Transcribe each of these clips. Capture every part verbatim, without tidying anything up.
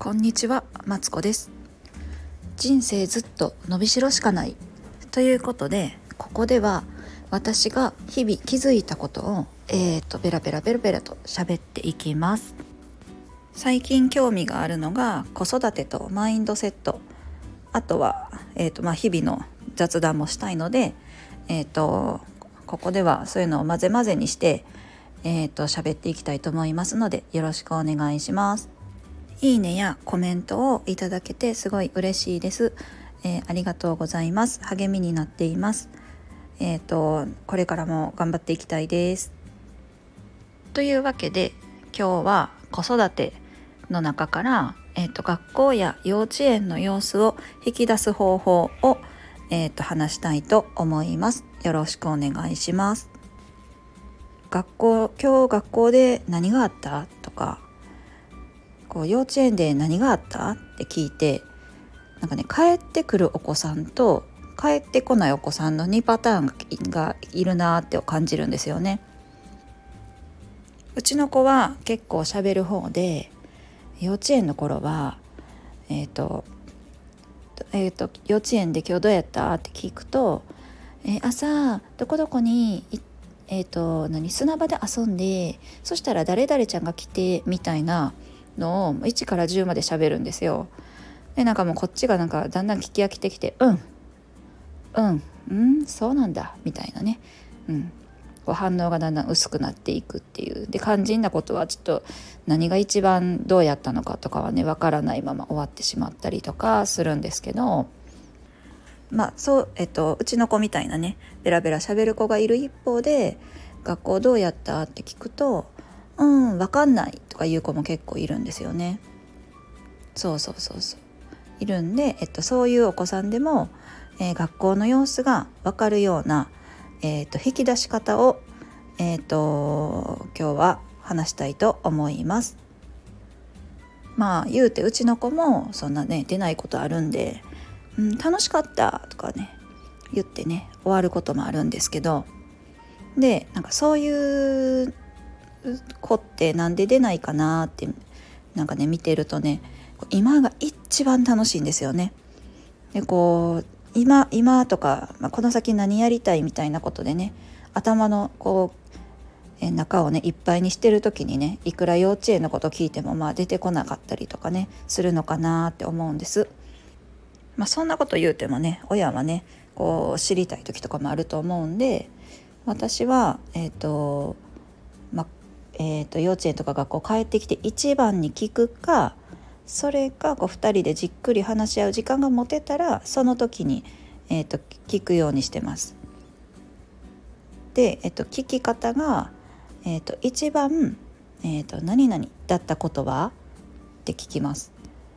こんにちは、マツコです。人生ずっと伸びしろしかないということで、ここでは私が日々気づいたことをえーとベラベラベラベラと喋っていきます。最近興味があるのが子育てとマインドセット、あとは、えーとまあ、日々の雑談もしたいので、えーとここではそういうのを混ぜ混ぜにしてえーと喋っていきたいと思いますので、よろしくお願いします。いいねやコメントをいただけてすごい嬉しいです。えー、ありがとうございます。励みになっています。えーとこれからも頑張っていきたいです。というわけで、今日は子育ての中から、えーと学校や幼稚園の様子を引き出す方法を、えーと話したいと思います。よろしくお願いします。学校今日学校で何があったとか、こう幼稚園で何があったって聞いて、なんかね、帰ってくるお子さんと帰ってこないお子さんのにパターンがいるなって感じるんですよね。うちの子は結構喋る方で、幼稚園の頃はえっ、とえっ、と幼稚園で今日どうやったって聞くと、えー朝どこどこにいえー、と何砂場で遊んで、そしたら誰々ちゃんが来てみたいなのをいちからじゅうまで喋るんですよ。でなんかもうこっちがなんかだんだん聞き飽きてきて、うんうんうんそうなんだみたいなね、うんこう反応がだんだん薄くなっていくっていう。で肝心なことはちょっと何が一番どうやったのかとかはねわからないまま終わってしまったりとかするんですけど、まあそうえっとうちの子みたいなねベラベラ喋る子がいる一方で、学校どうやったって聞くと、うんわかんないとかいう子も結構いるんですよね。そうそうそうそういるんで、えっと、そういうお子さんでも、えー学校の様子がわかるような、えー、と引き出し方を、えー、と今日は話したいと思います。まあ言うてうちの子もそんなね出ないことあるんで、うん、楽しかったとかね言ってね終わることもあるんですけど、でなんかそういう子ってなんで出ないかなってなんかね見てるとね、今が一番楽しいんですよね。でこう今今とか、まあ、この先何やりたいみたいなことでね、頭のこうえ中をねいっぱいにしてる時にね、いくら幼稚園のこと聞いてもまあ出てこなかったりとかねするのかなって思うんです。まあそんなこと言うてもね、親はねこう知りたい時とかもあると思うんで、私はえっ、とまあえー、と幼稚園とか学校帰ってきて一番に聞くか、それかこうふたりでじっくり話し合う時間が持てたらその時に、えー、と聞くようにしてます。で、えー、と聞き方が、えー、と一番、えー、と何々だったことはって聞きます。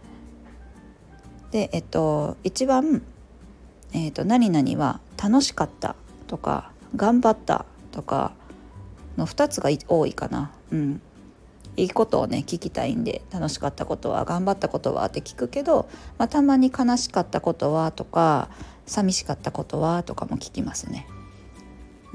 で、えっ、と一番、えー、と何々は楽しかったとか頑張ったとかのふたつが多いかな。うん、いいことをね聞きたいんで、楽しかったことは頑張ったことはって聞くけど、まあ、たまに悲しかったことはとか寂しかったことはとかも聞きますね。うん、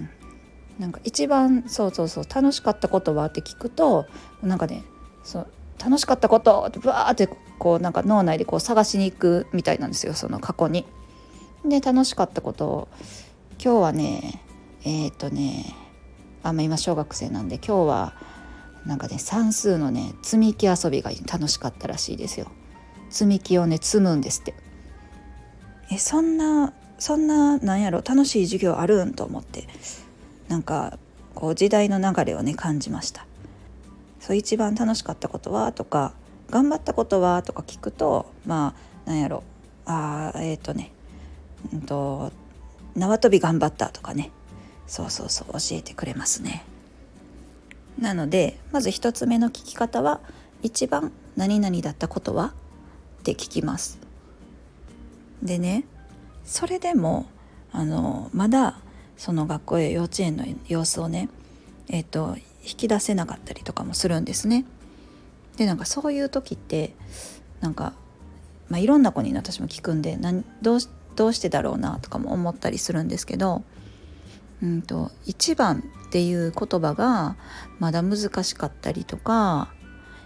なんか一番そうそうそう楽しかったことはって聞くと、なんかねそう楽しかったことってバーってこうなんか脳内でこう探しに行くみたいなんですよ、その過去に。で楽しかったことを今日はねえっ、とねあ、まあ、今小学生なんで今日はなんかね算数のね積み木遊びが楽しかったらしいですよ。積み木をね積むんですって。えそんなそんななんやろ楽しい授業あるんと思って、なんかこう時代の流れをね感じました。そう一番楽しかったことはとか頑張ったことはとか聞くと、まあなんやろあえっ、ー、とねうんと縄跳び頑張ったとかね、そうそうそう教えてくれますね。なのでまず一つ目の聞き方は、一番何々だったことはって聞きます。でね、それでもあのまだその学校や幼稚園の様子をね、えっと引き出せなかったりとかもするんですね。でなんかそういう時ってなんか、まあ、いろんな子に私も聞くんで何どうしどうしてだろうなとかも思ったりするんですけど、うんと一番っていう言葉がまだ難しかったりとか、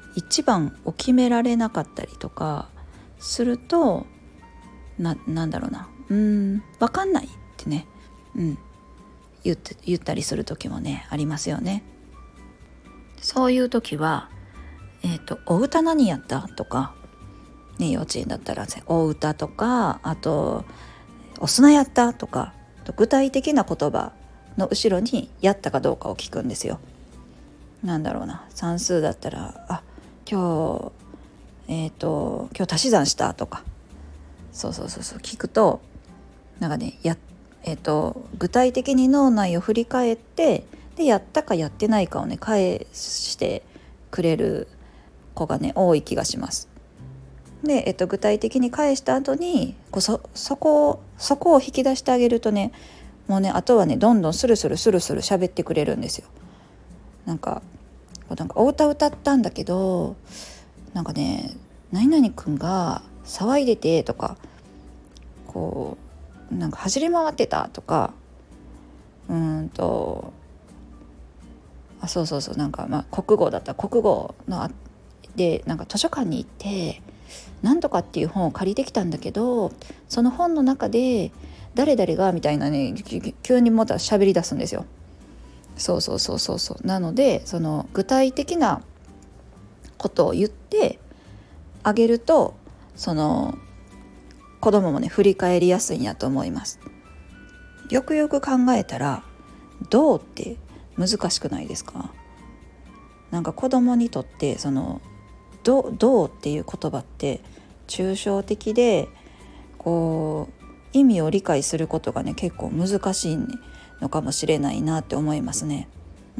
一番を決められなかったりとかするとな、なんだろうなうーん分かんないってね、うん、言って、言ったりする時もねありますよね。そういう時は、えーと、お歌何やったとか、ね、幼稚園だったらお歌とか、あとお砂やったとか、具体的な言葉の後ろにやったかどうかを聞くんですよ。なんだろうな、算数だったらあ今日えっ、ー、と今日足し算したとか、そうそうそうそう聞くとなんかねやえっ、ー、と具体的に脳内を振り返ってでやったかやってないかをね返してくれる子がね多い気がします。で、えっと、具体的に返した後にこう そ, そこをそこを引き出してあげるとね、もうねあとはねどんどんスルスルスルスル喋ってくれるんですよ。なんかこうなんかお歌歌ったんだけどなんかね何々くんが騒いでてとか、こうなんか走り回ってたとか、うーんとあそうそうそうなんかまあ国語だったら国語のでなんか図書館に行ってなんとかっていう本を借りてきたんだけど、その本の中で誰々がみたいなね急にまた喋り出すんですよ。そうそうそうそうそうなのでその具体的なことを言ってあげるとその子供もね振り返りやすいんやと思います。よくよく考えたらどうって難しくないですか？なんか子供にとってそのど, どうっていう言葉って抽象的でこう意味を理解することがね結構難しいのかもしれないなって思いますね。うん、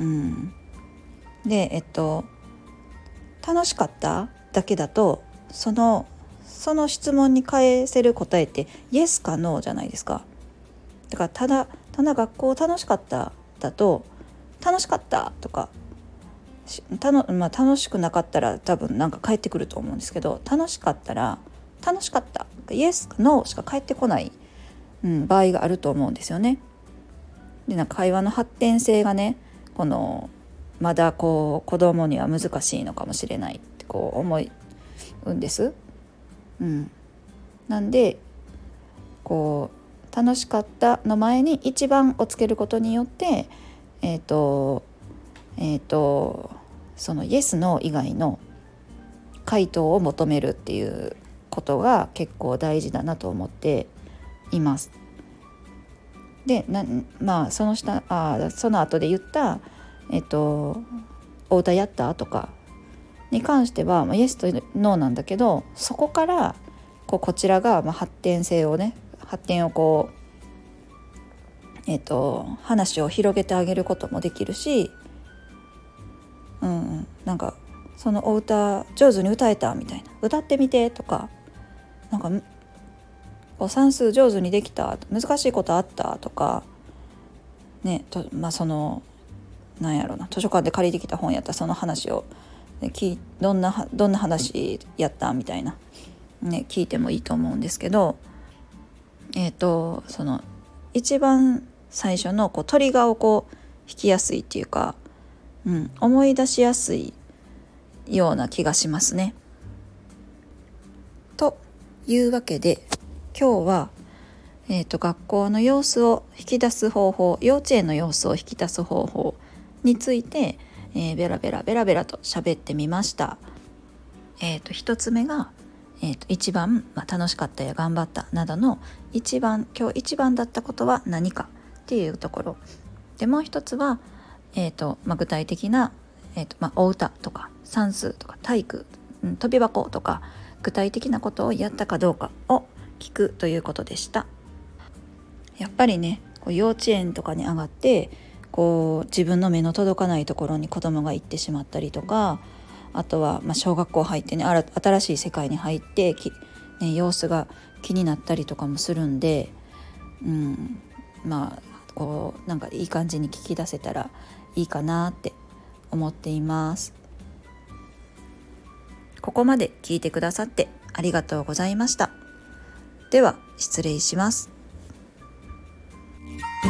でえっと楽しかっただけだとそのその質問に返せる答えってイエスかノーじゃないですか。だからただただ学校楽しかっただと楽しかったとかたの、まあ、楽しくなかったら多分なんか返ってくると思うんですけど、楽しかったら楽しかったイエスかノーしか返ってこない、うん、場合があると思うんですよね。でなんか会話の発展性がねこのまだこう子供には難しいのかもしれないってこう思うんです、うん、なんでこう楽しかったの前に一番をつけることによってえっとえっとそのイエスノー以外の回答を求めるっていうことが結構大事だなと思っています。でなまあその下あその後で言ったえっとお歌やったとかに関しては、まあ、イエスとノーなんだけど、そこからこうこちらがまあ発展性をね発展をこうえっと話を広げてあげることもできるし、うん、なんかそのお歌上手に歌えたみたいな、歌ってみてとか、なんか算数上手にできた、難しいことあったとかねと、まあそのなんやろな図書館で借りてきた本やったらその話を、ね、きどんなどんな話やったみたいな、ね、聞いてもいいと思うんですけど、えっとその一番最初のこうトリガーをこう引きやすいっていうか、うん、思い出しやすいような気がしますね。というわけで今日は、えーと、学校の様子を引き出す方法、幼稚園の様子を引き出す方法について、えー、ベラベラベラベラと喋ってみました。えーと、一つ目が、えーと、一番、まあ、楽しかったや頑張ったなどの一番今日一番だったことは何かっていうところで、もう一つは、えーとまあ、具体的な、えーとまあ、お歌とか算数とか体育、うん、飛び箱とか具体的なことをやったかどうかを聞くということでした。やっぱりねこう幼稚園とかに上がってこう自分の目の届かないところに子供が行ってしまったりとか、あとはまあ小学校入ってね新しい世界に入ってき、ね、様子が気になったりとかもするんで、うん、まあこうなんかいい感じに聞き出せたらいいかなって思っています。ここまで聞いてくださってありがとうございました。では失礼します。